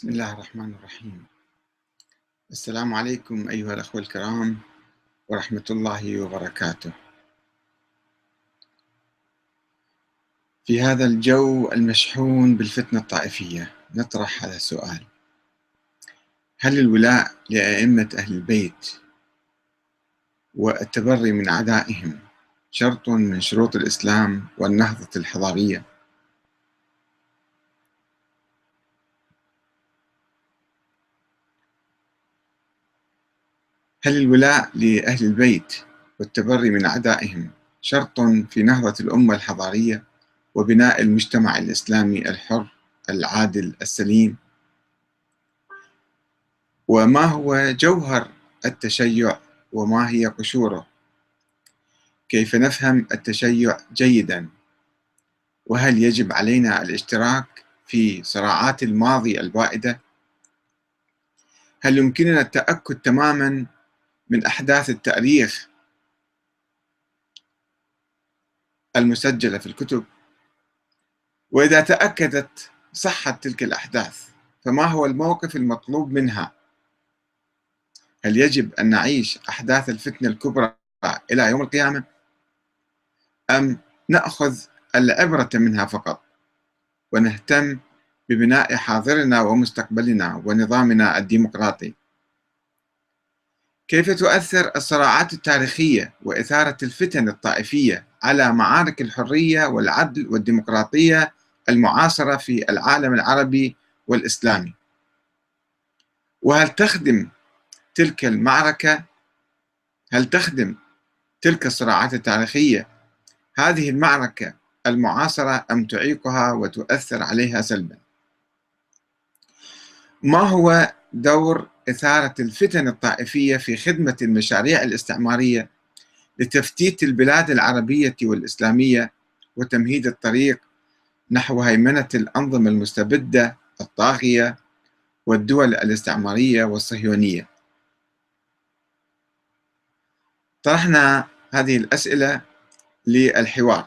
بسم الله الرحمن الرحيم. السلام عليكم أيها الأخوة الكرام ورحمة الله وبركاته. في هذا الجو المشحون بالفتنة الطائفية نطرح هذا السؤال: هل الولاء لأئمة أهل البيت والتبري من أعدائهم شرط من شروط الإسلام والنهضة الحضارية؟ هل الولاء لأهل البيت والتبري من أعدائهم شرط في نهضة الأمة الحضارية وبناء المجتمع الإسلامي الحر العادل السليم؟ وما هو جوهر التشيع وما هي قشوره؟ كيف نفهم التشيع جيدا؟ وهل يجب علينا الاشتراك في صراعات الماضي البائدة؟ هل يمكننا التأكد تماما من أحداث التاريخ المسجلة في الكتب؟ وإذا تأكدت صحة تلك الأحداث فما هو الموقف المطلوب منها؟ هل يجب أن نعيش أحداث الفتنة الكبرى إلى يوم القيامة؟ أم نأخذ العبرة منها فقط ونهتم ببناء حاضرنا ومستقبلنا ونظامنا الديمقراطي؟ كيف تؤثر الصراعات التاريخية وإثارة الفتن الطائفية على معارك الحرية والعدل والديمقراطية المعاصرة في العالم العربي والإسلامي؟ وهل تخدم تلك المعركة، هل تخدم تلك الصراعات التاريخية هذه المعركة المعاصرة أم تعيقها وتؤثر عليها سلبا؟ ما هو دور إثارة الفتن الطائفية في خدمة المشاريع الاستعمارية لتفتيت البلاد العربية والإسلامية وتمهيد الطريق نحو هيمنة الأنظمة المستبدة الطاغية والدول الاستعمارية والصهيونية؟ طرحنا هذه الأسئلة للحوار،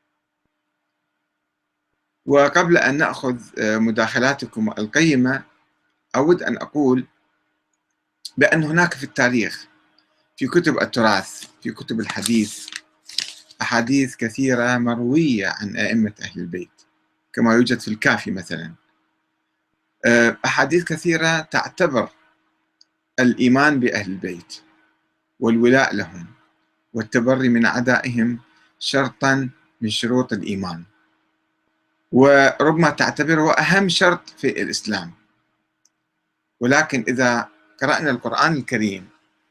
وقبل أن نأخذ مداخلاتكم القيمة أود أن أقول بأن هناك في التاريخ، في كتب التراث، في كتب الحديث، أحاديث كثيرة مروية عن أئمة أهل البيت، كما يوجد في الكافي مثلا أحاديث كثيرة تعتبر الإيمان بأهل البيت والولاء لهم والتبري من أعدائهم شرطا من شروط الإيمان، وربما تعتبره أهم شرط في الإسلام. ولكن إذا قرأنا القرآن الكريم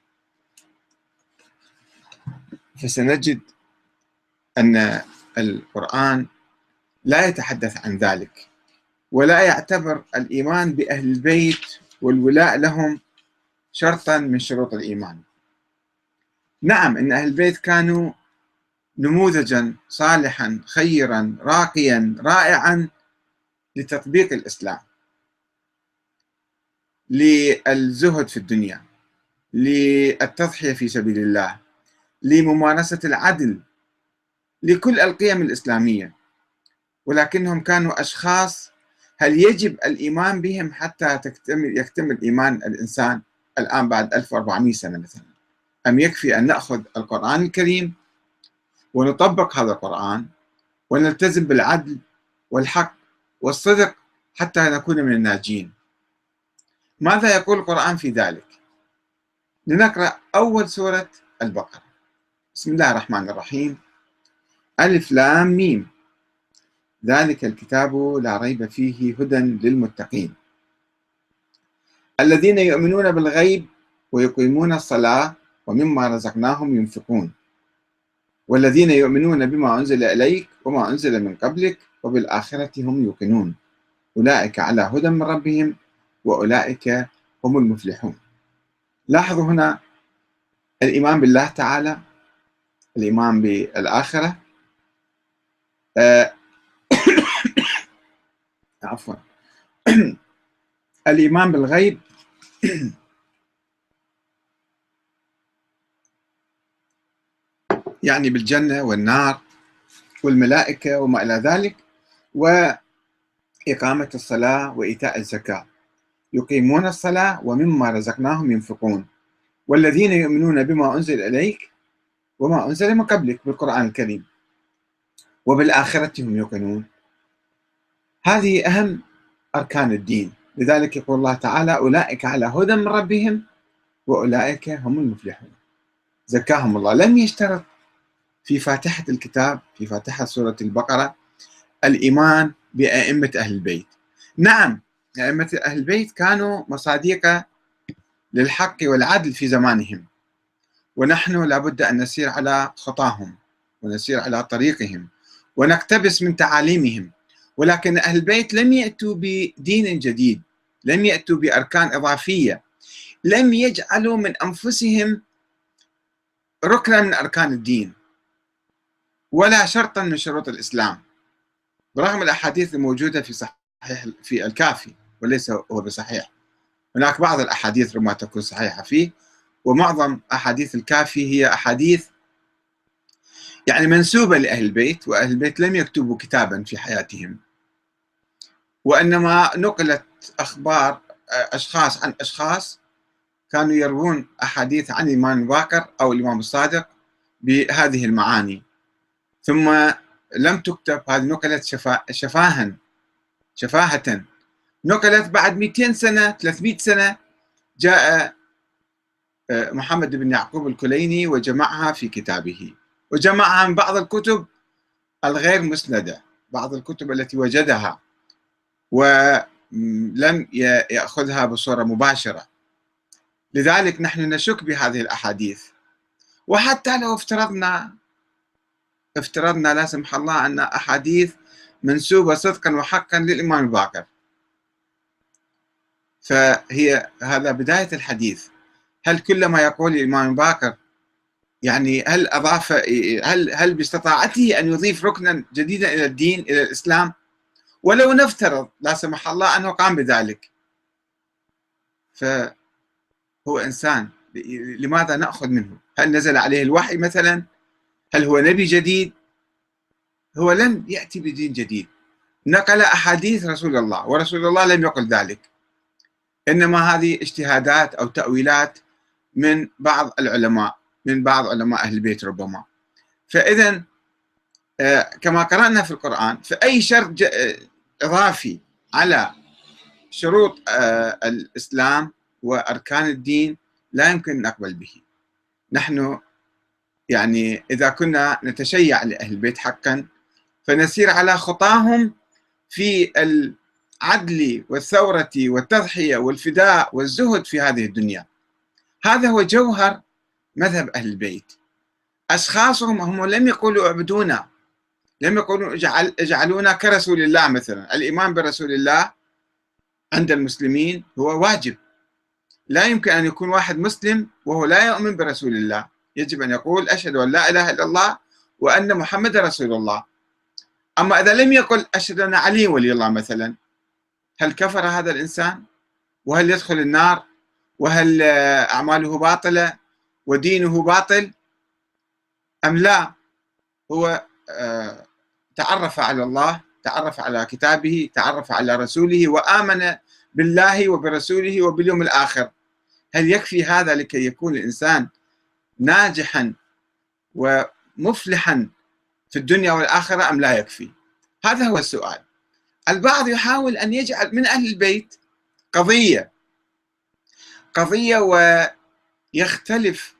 فسنجد أن القرآن لا يتحدث عن ذلك، ولا يعتبر الإيمان بأهل البيت والولاء لهم شرطا من شروط الإيمان. نعم، إن أهل البيت كانوا نموذجا صالحا خيرا راقيا رائعا لتطبيق الإسلام، للزهد في الدنيا، للتضحية في سبيل الله، لممارسة العدل، لكل القيم الإسلامية. ولكنهم كانوا أشخاص هل يجب الإيمان بهم حتى يكتمل إيمان الإنسان الآن بعد 1400 سنة مثلا؟ أم يكفي أن نأخذ القرآن الكريم ونطبق هذا القرآن ونلتزم بالعدل والحق والصدق حتى نكون من الناجين؟ ماذا يقول القرآن في ذلك؟ لنقرأ أول سورة البقرة. بسم الله الرحمن الرحيم. ألف لام ميم، ذلك الكتاب لا ريب فيه هدى للمتقين الذين يؤمنون بالغيب ويقيمون الصلاة ومما رزقناهم ينفقون والذين يؤمنون بما أنزل إليك وما أنزل من قبلك وبالآخرة هم يوقنون أولئك على هدى من ربهم وأولئك هم المفلحون. لاحظوا هنا الإيمان بالله تعالى، الإيمان بالآخرة، عفوا الإيمان بالغيب، يعني بالجنة والنار والملائكة وما إلى ذلك، وإقامة الصلاة وإيتاء الزكاة. يقيمون الصلاة ومما رزقناهم ينفقون والذين يؤمنون بما أنزل إليك وما أنزل من قبلك بالقرآن الكريم وبالآخرة هم يوقنون. هذه أهم أركان الدين. لذلك يقول الله تعالى: أولئك على هدى من ربهم وأولئك هم المفلحون. زكاهم الله. لم يشترط في فاتحة الكتاب، في فاتحة سورة البقرة، الإيمان بأئمة أهل البيت. نعم، أئمة أهل البيت كانوا مصاديق للحق والعدل في زمانهم، ونحن لابد أن نسير على خطاهم ونسير على طريقهم ونقتبس من تعاليمهم. ولكن أهل البيت لم يأتوا بدين جديد، لم يأتوا بأركان إضافية، لم يجعلوا من أنفسهم ركنا من أركان الدين ولا شرطا من شروط الإسلام، برغم الأحاديث الموجودة في صحيح في الكافي، وليس هو بصحيح. هناك بعض الأحاديث ربما تكون صحيحة فيه، ومعظم أحاديث الكافي هي أحاديث يعني منسوبة لأهل البيت، وأهل البيت لم يكتبوا كتابا في حياتهم، وإنما نقلت أخبار أشخاص عن أشخاص كانوا يروون أحاديث عن الإمام الباقر أو الإمام الصادق بهذه المعاني، ثم لم تكتب. هذه نقلت شفاهة، نقلت بعد 200 سنة 300 سنة جاء محمد بن يعقوب الكليني وجمعها في كتابه، وجمعها من بعض الكتب الغير مسندة، بعض الكتب التي وجدها ولم يأخذها بصورة مباشرة. لذلك نحن نشك بهذه الأحاديث. وحتى لو افترضنا لا سمح الله أن أحاديث منسوبة صدقا وحقا للإمام الباقر، فهي هذا بداية الحديث. هل كل ما يقول الإمام الباقر يعني هل باستطاعته أن يضيف ركنا جديدا إلى الدين، إلى الإسلام؟ ولو نفترض لا سمح الله أنه قام بذلك، فهو إنسان، لماذا نأخذ منه؟ هل نزل عليه الوحي مثلا؟ هل هو نبي جديد؟ هو لم يأتي بدين جديد، نقل أحاديث رسول الله، ورسول الله لم يقل ذلك، إنما هذه اجتهادات أو تأويلات من بعض العلماء، من بعض علماء أهل البيت ربما. فإذا كما قرأنا في القرآن، فأي شرط إضافي على شروط الإسلام وأركان الدين لا يمكن نقبل به. نحن يعني إذا كنا نتشيع لأهل البيت حقا فنسير على خطاهم في العدل والثورة والتضحية والفداء والزهد في هذه الدنيا. هذا هو جوهر مذهب أهل البيت. أشخاصهم هم لم يقولوا اعبدونا، لم يقولوا اجعلونا كرسول الله مثلا. الإيمان برسول الله عند المسلمين هو واجب، لا يمكن أن يكون واحد مسلم وهو لا يؤمن برسول الله. يجب أن يقول أشهد أن لا إله إلا الله وأن محمد رسول الله. أما إذا لم يقل أشهد أن علي ولي الله مثلا، هل كفر هذا الإنسان؟ وهل يدخل النار؟ وهل أعماله باطلة ودينه باطل أم لا؟ هو تعرف على الله، تعرف على كتابه، تعرف على رسوله، وآمن بالله وبرسوله وباليوم الآخر. هل يكفي هذا لكي يكون الإنسان ناجحا ومفلحا في الدنيا والآخرة أم لا يكفي؟ هذا هو السؤال. البعض يحاول أن يجعل من أهل البيت قضية ويختلف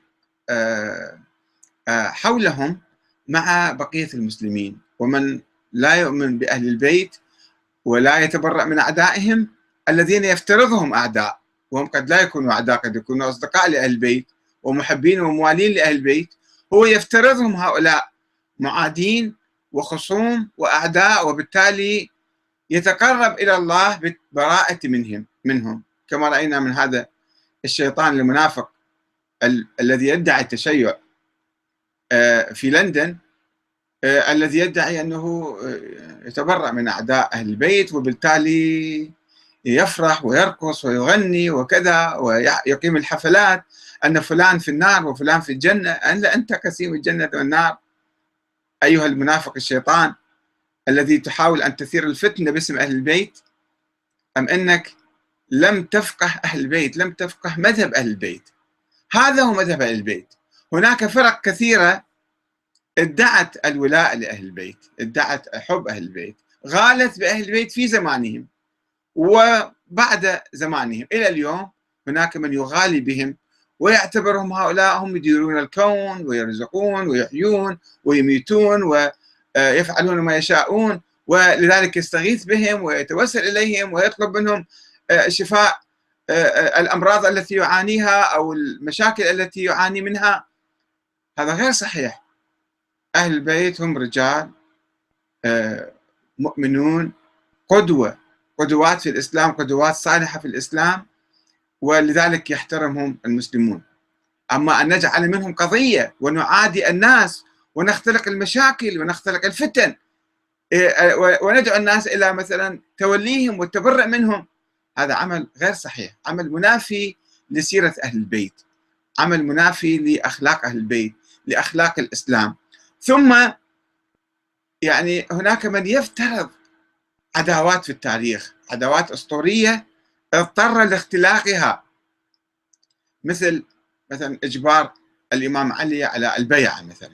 حولهم مع بقية المسلمين، ومن لا يؤمن بأهل البيت ولا يتبرأ من أعدائهم الذين يفترضهم أعداء، وهم قد لا يكونوا أعداء، قد يكونوا أصدقاء لأهل البيت ومحبين وموالين لأهل البيت. هو يفترضهم هؤلاء معادين وخصوم وأعداء، وبالتالي يتقرب إلى الله بالبراءة منهم، كما رأينا من هذا الشيطان المنافق الذي يدعي التشيع في لندن، الذي يدعي أنه يتبرأ من أعداء أهل البيت، وبالتالي يفرح ويرقص ويغني وكذا ويقيم الحفلات أن فلان في النار وفلان في الجنة. أنت قسيم الجنة والنار أيها المنافق الشيطان الذي تحاول أن تثير الفتنة باسم أهل البيت، أم أنك لم تفقه أهل البيت، لم تفقه مذهب أهل البيت. هذا هو مذهب أهل البيت. هناك فرق كثيرة ادعت الولاء لأهل البيت، ادعت حب أهل البيت، غالت بأهل البيت في زمانهم وبعد زمانهم إلى اليوم. هناك من يغالي بهم ويعتبرهم هؤلاء هم يديرون الكون ويرزقون ويحيون ويميتون ويفعلون ما يشاءون، ولذلك يستغيث بهم ويتوسل إليهم ويطلب منهم شفاء الأمراض التي يعانيها أو المشاكل التي يعاني منها. هذا غير صحيح. أهل البيت هم رجال مؤمنون، قدوات في الإسلام، قدوات صالحة في الإسلام، ولذلك يحترمهم المسلمون. أما أن نجعل منهم قضية ونعادي الناس ونختلق المشاكل ونختلق الفتن وندعو الناس إلى مثلا توليهم والتبرع منهم، هذا عمل غير صحيح، عمل منافي لسيرة أهل البيت، عمل منافي لأخلاق أهل البيت، لأخلاق الإسلام. ثم يعني هناك من يفترض عداوات في التاريخ، عداوات أسطورية اضطر لاختلاقها، مثل إجبار الإمام علي على البيعة مثلا.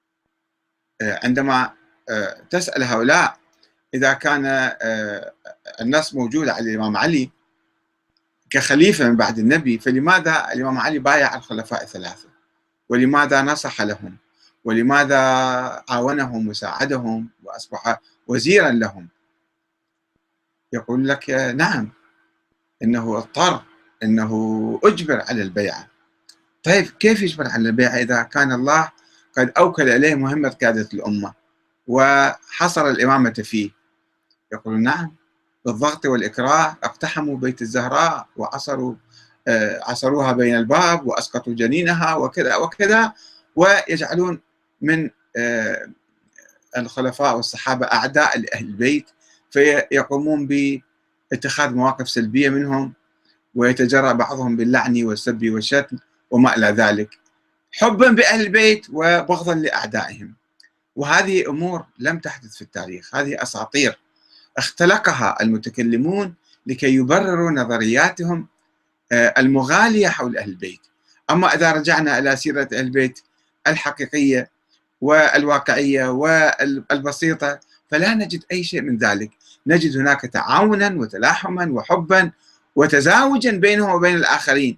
عندما تسأل هؤلاء إذا كان النص موجود على الإمام علي كخليفة من بعد النبي، فلماذا الإمام علي بايع الخلفاء الثلاثة؟ ولماذا نصح لهم؟ ولماذا عاونهم وساعدهم وأصبح وزيرا لهم؟ يقول لك نعم، إنه اضطر، إنه أجبر على البيعة. طيب كيف يجبر على البيعة إذا كان الله قد أوكل إليه مهمة قيادة الأمة وحصر الإمامة فيه؟ يقول نعم، بالضغط والإكراه اقتحموا بيت الزهراء عصروها بين الباب وأسقطوا جنينها وكذا وكذا، ويجعلون من الخلفاء والصحابة أعداء لأهل البيت، فيقومون باتخاذ مواقف سلبية منهم ويتجرأ بعضهم باللعن والسب والشتم وما إلى ذلك، حبا بأهل البيت وبغضا لأعدائهم. وهذه أمور لم تحدث في التاريخ، هذه أساطير اختلقها المتكلمون لكي يبرروا نظرياتهم المغالية حول أهل البيت. أما إذا رجعنا إلى سيرة أهل البيت الحقيقية والواقعية والبسيطة فلا نجد أي شيء من ذلك. نجد هناك تعاونا وتلاحما وحبا وتزاوجا بينهم وبين الآخرين،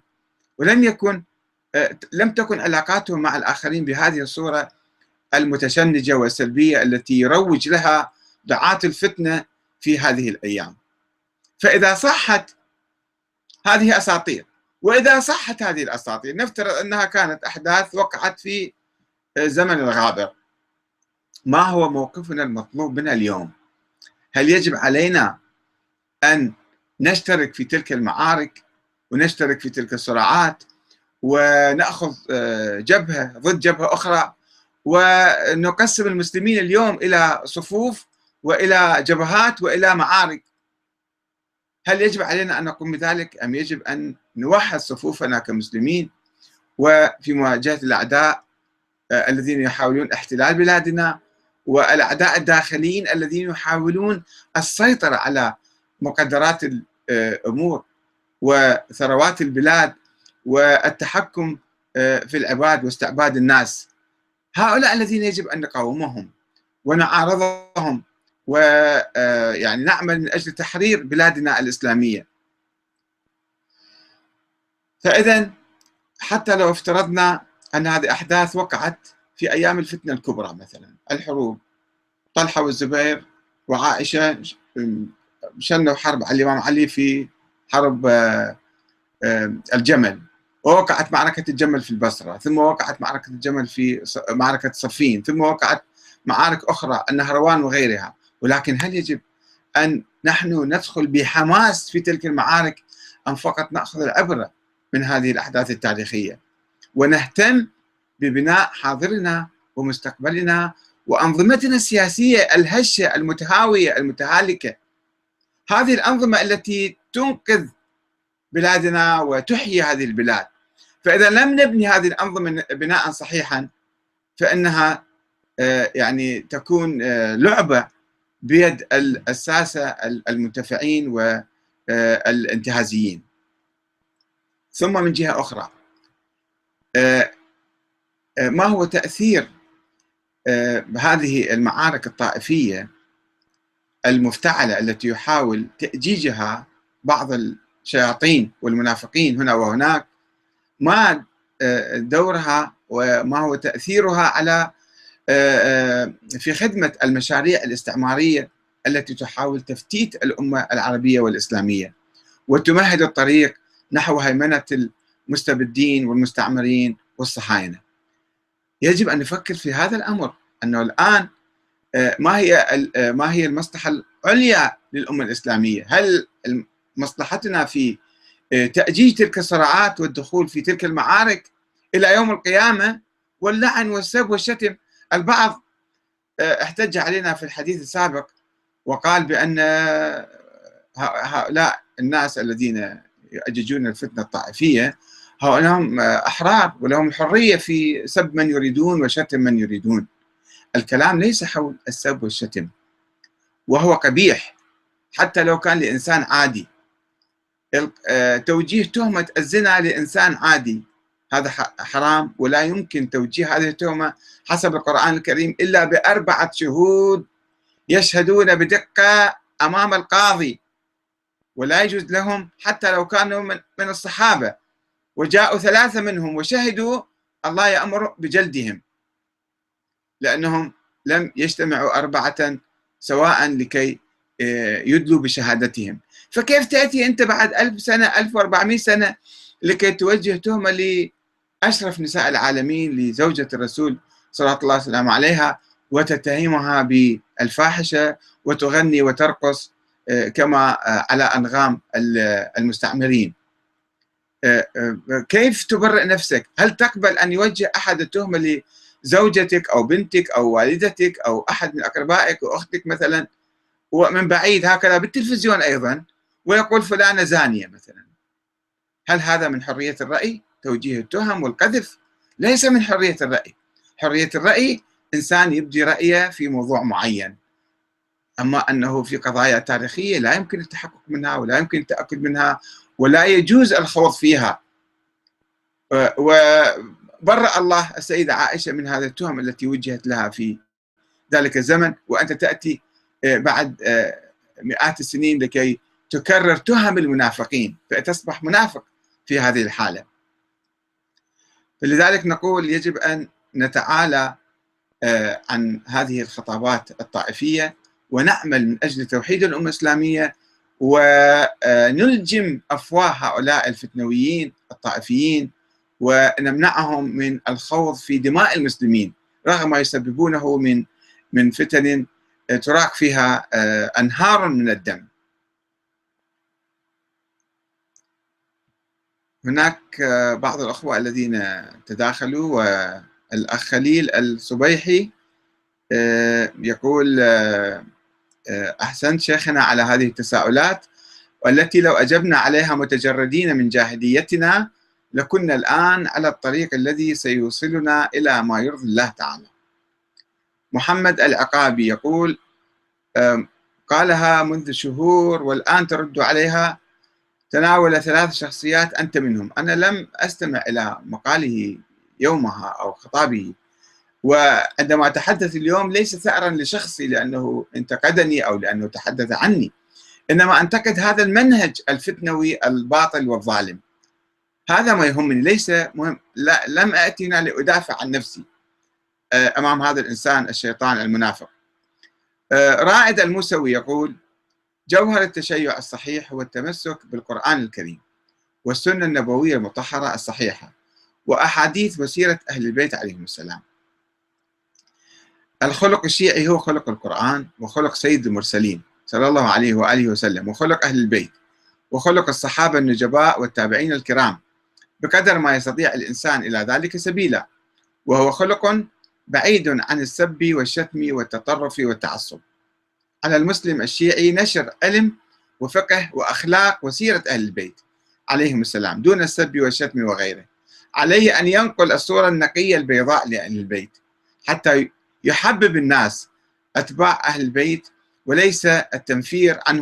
لم تكن علاقاتهم مع الآخرين بهذه الصورة المتشنجة والسلبية التي يروج لها دعاة الفتنة في هذه الأيام. فإذا صحت هذه أساطير، وإذا صحت هذه الأساطير نفترض أنها كانت أحداث وقعت في زمن الغابر، ما هو موقفنا المطلوب منا اليوم؟ هل يجب علينا أن نشترك في تلك المعارك ونشترك في تلك الصراعات ونأخذ جبهة ضد جبهة أخرى ونقسم المسلمين اليوم إلى صفوف وإلى جبهات وإلى معارك؟ هل يجب علينا أن نقوم بذلك أم يجب أن نوحد صفوفنا كمسلمين وفي مواجهة الأعداء الذين يحاولون احتلال بلادنا والأعداء الداخليين الذين يحاولون السيطرة على مقدرات الأمور وثروات البلاد والتحكم في العباد واستعباد الناس؟ هؤلاء الذين يجب أن نقاومهم ونعارضهم ويعني نعمل من أجل تحرير بلادنا الإسلامية. فإذا حتى لو افترضنا أن هذه أحداث وقعت في أيام الفتنة الكبرى، مثلا الحروب، طلحة والزبير وعائشة شنوا حرب على الإمام علي في حرب الجمل، ووقعت معركة الجمل في البصرة، ثم وقعت معركة الجمل في معركة صفين، ثم وقعت معارك أخرى النهروان وغيرها. ولكن هل يجب أن نحن ندخل بحماس في تلك المعارك أم فقط نأخذ العبرة من هذه الأحداث التاريخية ونهتم ببناء حاضرنا ومستقبلنا وأنظمتنا السياسية الهشة المتهاوية المتهالكة، هذه الأنظمة التي تنقذ بلادنا وتحيي هذه البلاد؟ فإذا لم نبني هذه الأنظمة بناء صحيحا فإنها يعني تكون لعبة بيد الساسة المنتفعين الانتهازيين. ثم من جهة أخرى، ما هو تأثير هذه المعارك الطائفية المفتعلة التي يحاول تأجيجها بعض الشياطين والمنافقين هنا وهناك؟ ما دورها وما هو تأثيرها على في خدمة المشاريع الاستعمارية التي تحاول تفتيت الأمة العربية والإسلامية وتمهد الطريق نحو هيمنة المستبدين والمستعمرين والصهاينة؟ يجب أن نفكر في هذا الأمر، أنه الآن ما هي المصلحة العليا للأمة الإسلامية؟ هل مصلحتنا في تأجيج تلك الصراعات والدخول في تلك المعارك إلى يوم القيامة واللعن والسب والشتم؟ البعض احتج علينا في الحديث السابق وقال بأن هؤلاء الناس الذين يؤججون الفتنة الطائفية هؤلاء هم أحرار ولهم الحرية في سب من يريدون وشتم من يريدون. الكلام ليس حول السب والشتم، وهو قبيح حتى لو كان لإنسان عادي. توجيه تهمة الزنا لإنسان عادي هذا حرام، ولا يمكن توجيه هذه التهمة حسب القرآن الكريم إلا ب4 شهود يشهدون بدقة أمام القاضي، ولا يجوز لهم حتى لو كانوا من الصحابة وجاءوا 3 منهم وشهدوا، الله يأمر بجلدهم لأنهم لم يجتمعوا 4 سواء لكي يدلوا بشهادتهم. فكيف تأتي أنت بعد 1000 سنة 1400 سنة لكي توجه تهمة لأشرف نساء العالمين، لزوجة الرسول صلى الله عليه وسلم عليها، وتتهمها بالفاحشة وتغني وترقص كما على أنغام المستعمرين؟ كيف تبرئ نفسك؟ هل تقبل أن يوجه أحد التهمة لزوجتك أو بنتك أو والدتك أو أحد من أقربائك وأختك مثلا، ومن بعيد هكذا بالتلفزيون أيضا، ويقول فلانة زانية مثلا؟ هل هذا من حرية الرأي؟ توجيه التهم والقذف ليس من حرية الرأي. حرية الرأي إنسان يبدي رأيه في موضوع معين، أما أنه في قضايا تاريخية لا يمكن التحقق منها ولا يمكن التأكد منها ولا يجوز الخوض فيها. وبرأ الله السيدة عائشة من هذه التهم التي وجهت لها في ذلك الزمن، وأنت تأتي بعد مئات السنين لكي تكرر تهم المنافقين، فتصبح منافق في هذه الحالة. فلذلك نقول يجب أن نتعالى عن هذه الخطابات الطائفية ونعمل من أجل توحيد الأمة الإسلامية، ونلجم أفواه هؤلاء الفتنويين الطائفيين ونمنعهم من الخوض في دماء المسلمين رغم ما يسببونه من فتن تراق فيها أنهار من الدم. هناك بعض الأخوة الذين تداخلوا، والأخ خليل الصبيحي يقول: أحسنت شيخنا على هذه التساؤلات، والتي لو أجبنا عليها متجردين من جاهليتنا لكنا الآن على الطريق الذي سيوصلنا إلى ما يرضي الله تعالى. محمد العقابي يقول: قالها منذ شهور والآن ترد عليها، تناول 3 شخصيات أنت منهم. أنا لم أستمع إلى مقاله يومها أو خطابه، وعندما أتحدث اليوم ليس ثأرا لشخصي لأنه انتقدني أو لأنه تحدث عني، إنما أنتقد هذا المنهج الفتنوي الباطل والظالم. هذا ما يهمني، ليس مهم. لم أتينا لأدافع عن نفسي أمام هذا الإنسان الشيطان المنافق. رائد الموسوي يقول: جوهر التشيع الصحيح هو التمسك بالقرآن الكريم والسنة النبوية المطهرة الصحيحة وأحاديث وسيرة أهل البيت عليهم السلام. الخلق الشيعي هو خلق القرآن وخلق سيد المرسلين صلى الله عليه وآله وسلم، وخلق أهل البيت، وخلق الصحابة النجباء والتابعين الكرام بقدر ما يستطيع الإنسان إلى ذلك سبيلا، وهو خلق بعيد عن السب والشتم والتطرف والتعصب. على المسلم الشيعي نشر علم وفقه وأخلاق وسيرة أهل البيت عليهم السلام دون السب والشتم وغيره. عليه أن ينقل الصورة النقية البيضاء لأهل البيت حتى يحبب الناس أتباع أهل البيت، وليس التنفير عنهم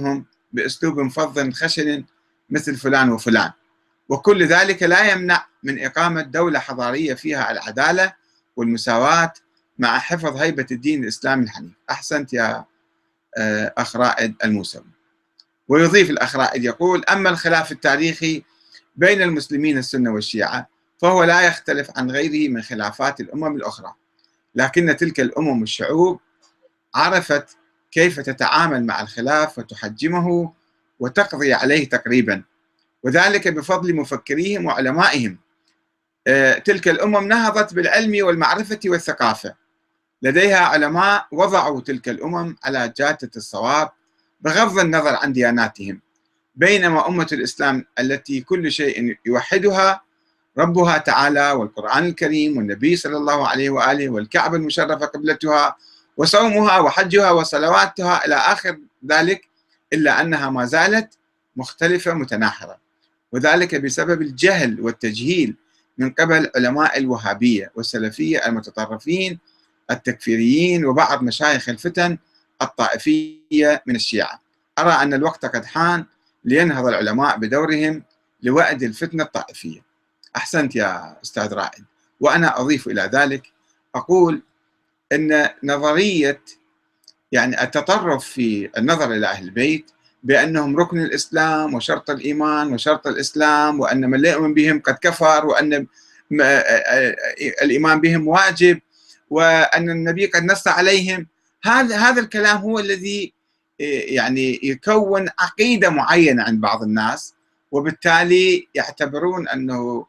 بأسلوب فظ خشن مثل فلان وفلان، وكل ذلك لا يمنع من إقامة دولة حضارية فيها العدالة والمساواة مع حفظ هيبة الدين الإسلامي الحنيف. أحسنت يا أخ رائد الموسوي. ويضيف الأخ رائد يقول: أما الخلاف التاريخي بين المسلمين السنة والشيعة فهو لا يختلف عن غيره من خلافات الأمم الأخرى، لكن تلك الأمم والشعوب عرفت كيف تتعامل مع الخلاف وتحجمه وتقضي عليه تقريبا، وذلك بفضل مفكريهم وعلمائهم. تلك الأمم نهضت بالعلم والمعرفة والثقافة، لديها علماء وضعوا تلك الأمم على جادة الصواب بغض النظر عن دياناتهم، بينما أمة الإسلام التي كل شيء يوحدها ربها تعالى والقرآن الكريم والنبي صلى الله عليه وآله والكعبة المشرفة قبلتها وصومها وحجها وصلواتها إلى آخر ذلك، إلا أنها ما زالت مختلفة متناحرة، وذلك بسبب الجهل والتجهيل من قبل علماء الوهابية والسلفية المتطرفين التكفيريين وبعض مشايخ الفتن الطائفية من الشيعة. أرى أن الوقت قد حان لينهض العلماء بدورهم لوأد الفتنة الطائفية. أحسنت يا أستاذ رائد. وأنا أضيف إلى ذلك أقول أن نظرية يعني التطرف في النظر إلى أهل البيت بأنهم ركن الإسلام وشرط الإيمان وشرط الإسلام، وأن من لا يؤمن بهم قد كفر، وأن الإيمان بهم واجب، وأن النبي قد نص عليهم، هذا الكلام هو الذي يعني يكون عقيدة معينة عند بعض الناس، وبالتالي يعتبرون أنه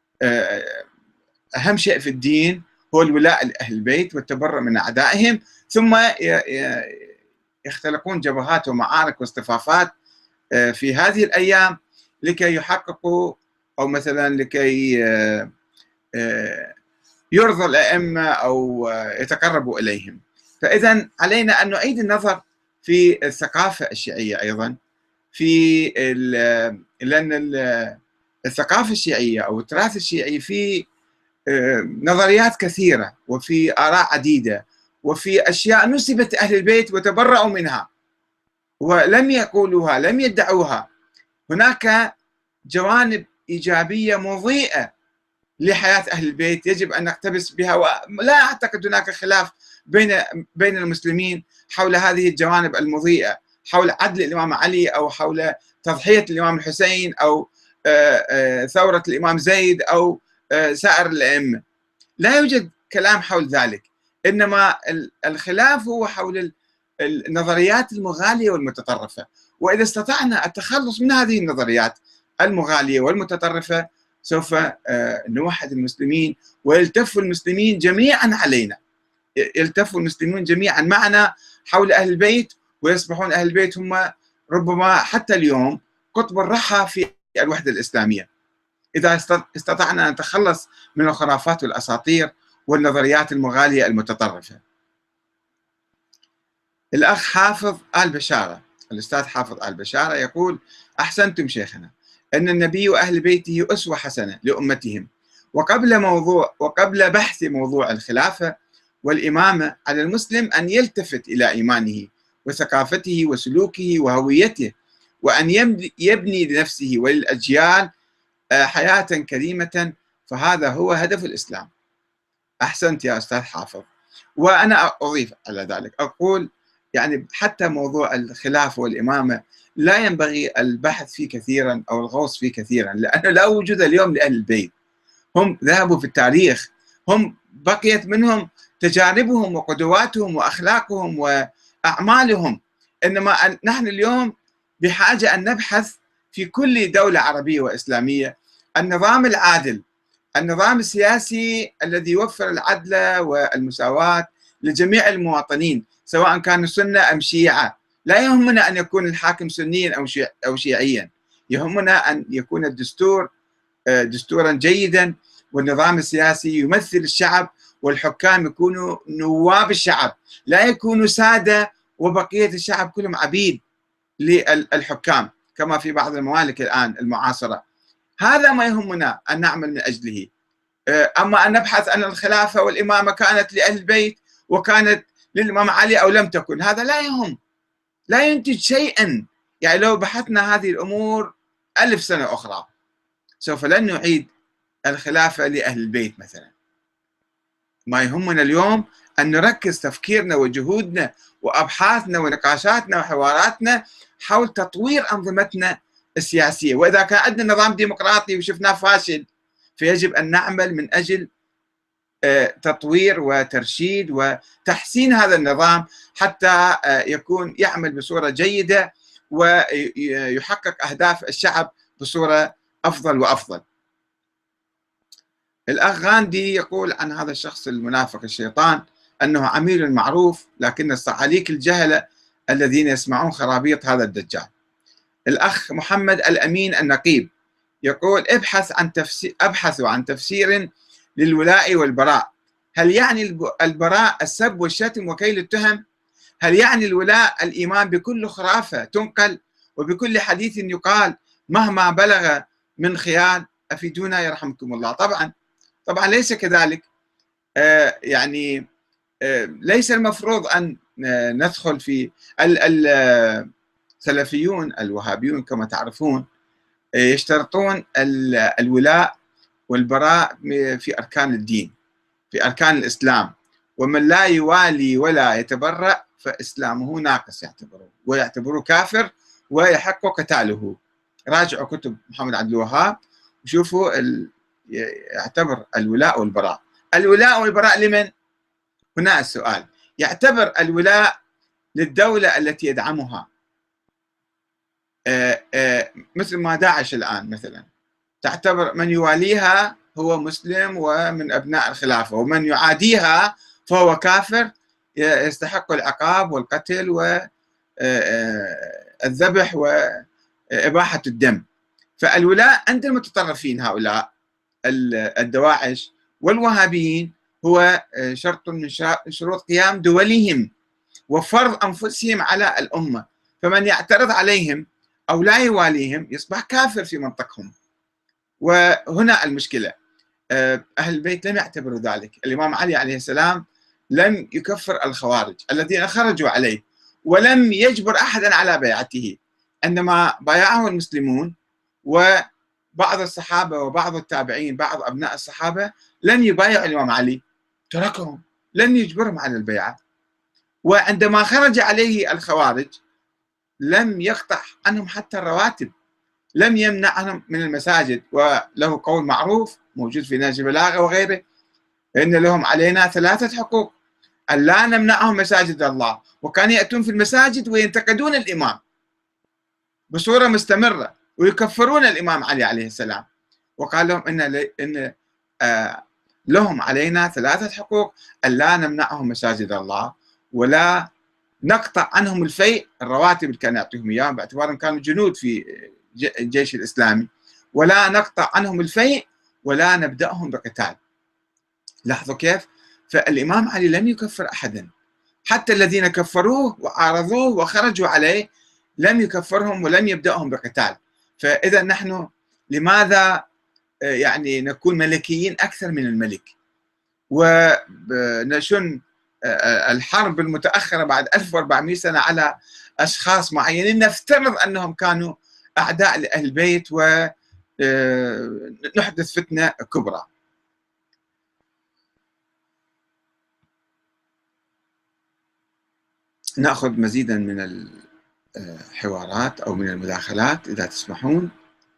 أهم شيء في الدين هو الولاء لأهل البيت والتبرؤ من أعدائهم، ثم يختلقون جبهات ومعارك واصطفافات في هذه الأيام لكي يحققوا، أو مثلا لكي يرضى الأئمة أو يتقربوا إليهم. فإذا علينا أن نعيد النظر في الثقافة الشيعية أيضا، لأن الثقافة الشيعية أو التراث الشيعي في نظريات كثيرة وفي آراء عديدة وفي أشياء نسبت أهل البيت وتبرأوا منها ولم يقولوها، لم يدعوها. هناك جوانب إيجابية مضيئة لحياة أهل البيت يجب أن نقتبس بها، ولا أعتقد هناك خلاف بين المسلمين حول هذه الجوانب المضيئة، حول عدل الإمام علي أو حول تضحية الإمام الحسين أو ثورة الإمام زيد أو سائر الأئمة. لا يوجد كلام حول ذلك، إنما الخلاف هو حول النظريات المغالية والمتطرفة. وإذا استطعنا التخلص من هذه النظريات المغالية والمتطرفة سوف نوحد المسلمين ويلتف المسلمين جميعا علينا، يلتف المسلمون جميعا معنا حول أهل البيت، ويصبحون أهل البيت هم ربما حتى اليوم قطب الرحى في الوحدة الإسلامية، إذا استطعنا أن نتخلص من الخرافات والأساطير والنظريات المغالية المتطرفة. الأخ حافظ آل بشارة، الأستاذ حافظ آل بشارة يقول: أحسنتم شيخنا، أن النبي وأهل بيته أسوة حسنة لأمتهم، وقبل بحث موضوع الخلافة والإمامة على المسلم أن يلتفت إلى إيمانه وثقافته وسلوكه وهويته، وأن يبني لنفسه وللأجيال حياة كريمة، فهذا هو هدف الإسلام. أحسنت يا أستاذ حافظ. وأنا أضيف على ذلك أقول يعني حتى موضوع الخلافة والإمامة لا ينبغي البحث فيه كثيرا أو الغوص فيه كثيرا، لأنه لا وجود اليوم لأهل البيت. هم ذهبوا في التاريخ، هم بقيت منهم تجاربهم وقدواتهم وأخلاقهم وأعمالهم، إنما نحن اليوم بحاجة أن نبحث في كل دولة عربية وإسلامية النظام العادل، النظام السياسي الذي يوفر العدل والمساواة لجميع المواطنين سواء كانوا سنة أم شيعة. لا يهمنا أن يكون الحاكم سنيا أو شيعيا، يهمنا أن يكون الدستور دستورا جيدا، والنظام السياسي يمثل الشعب، والحكام يكونوا نواب الشعب، لا يكونوا سادة وبقية الشعب كلهم عبيد للحكام كما في بعض الممالك الآن المعاصرة. هذا ما يهمنا أن نعمل من أجله. أما أن نبحث عن الخلافة والإمامة كانت لأهل البيت وكانت للإمام علي أو لم تكن، هذا لا يهم، لا ينتج شيئا يعني لو بحثنا هذه الأمور 1000 سنة أخرى سوف لن نعيد الخلافة لأهل البيت مثلا. ما يهمنا اليوم أن نركز تفكيرنا وجهودنا وأبحاثنا ونقاشاتنا وحواراتنا حول تطوير أنظمتنا السياسية. وإذا كان عندنا نظام ديمقراطي وشفناه فاشل فيجب أن نعمل من أجل تطوير وترشيد وتحسين هذا النظام حتى يكون يعمل بصورة جيدة ويحقق أهداف الشعب بصورة أفضل وأفضل. الأخ غاندي يقول عن هذا الشخص المنافق الشيطان أنه عميل معروف لكن الصعاليك الجهلة الذين يسمعون خرابيط هذا الدجال. الأخ محمد الأمين النقيب يقول أبحثوا عن تفسير للولاء والبراء. هل يعني البراء السب والشتم وكيل التهم؟ هل يعني الولاء الإيمان بكل خرافة تنقل وبكل حديث يقال مهما بلغ من خيال؟ أفيدونا يرحمكم الله. طبعا ليس كذلك. يعني ليس المفروض أن ندخل في السلفيون الوهابيون كما تعرفون يشترطون الولاء والبراء في أركان الدين، في أركان الإسلام، ومن لا يوالي ولا يتبرأ فإسلامه ناقص ويعتبره كافر ويحق قتاله. راجعوا كتب محمد عبد الوهاب وشوفوا يعتبر الولاء والبراء. الولاء والبراء لمن؟ هنا السؤال. يعتبر الولاء للدولة التي يدعمها، مثل ما داعش الآن مثلا تعتبر من يواليها هو مسلم ومن أبناء الخلافة، ومن يعاديها فهو كافر يستحق العقاب والقتل والذبح وإباحة الدم. فالولاء عند المتطرفين هؤلاء الدواعش والوهابيين هو شرط من شروط قيام دولهم وفرض أنفسهم على الأمة، فمن يعترض عليهم أو لا يواليهم يصبح كافر في منطقهم. وهنا المشكلة. أهل البيت لم يعتبروا ذلك. الإمام علي عليه السلام لم يكفر الخوارج الذين خرجوا عليه ولم يجبر أحدا على بيعته. عندما بايعه المسلمون وبعض الصحابة وبعض التابعين بعض أبناء الصحابة لم يبايعوا الإمام علي، تركهم، لم يجبرهم على البيعة. وعندما خرج عليه الخوارج لم يقطع عنهم حتى الرواتب، لم يمنعهم من المساجد. وله قول معروف موجود في نهج البلاغة وغيره إن لهم علينا 3 حقوق: أن لا نمنعهم مساجد الله، وكانوا يأتون في المساجد وينتقدون الإمام بصورة مستمرة ويكفرون الإمام علي عليه السلام، وقال لهم إن لهم علينا 3 حقوق: أن لا نمنعهم مساجد الله، ولا نقطع عنهم الفيء الرواتب اللي كانوا يعطيهم إياه باعتبارهم كانوا جنود في الجيش الإسلامي، ولا نقطع عنهم الفيء، ولا نبدأهم بقتال. لاحظوا كيف؟ فالإمام علي لم يكفر أحدا، حتى الذين كفروه وعارضوه وخرجوا عليه لم يكفرهم ولم يبدأهم بقتال. فإذا نحن لماذا يعني نكون ملكيين أكثر من الملك ونشن الحرب المتأخرة بعد 1400 سنة على أشخاص معينين نفترض أنهم كانوا أعداء لأهل البيت ونحدث فتنة كبرى. نأخذ مزيدا من الحوارات أو من المداخلات إذا تسمحون.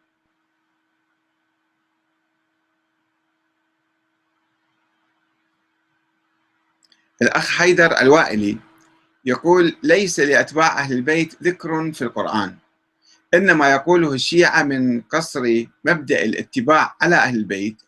الأخ حيدر الوائلي يقول: ليس لأتباع أهل البيت ذكر في القرآن، إنما يقوله الشيعة من قصر مبدأ الاتباع على أهل البيت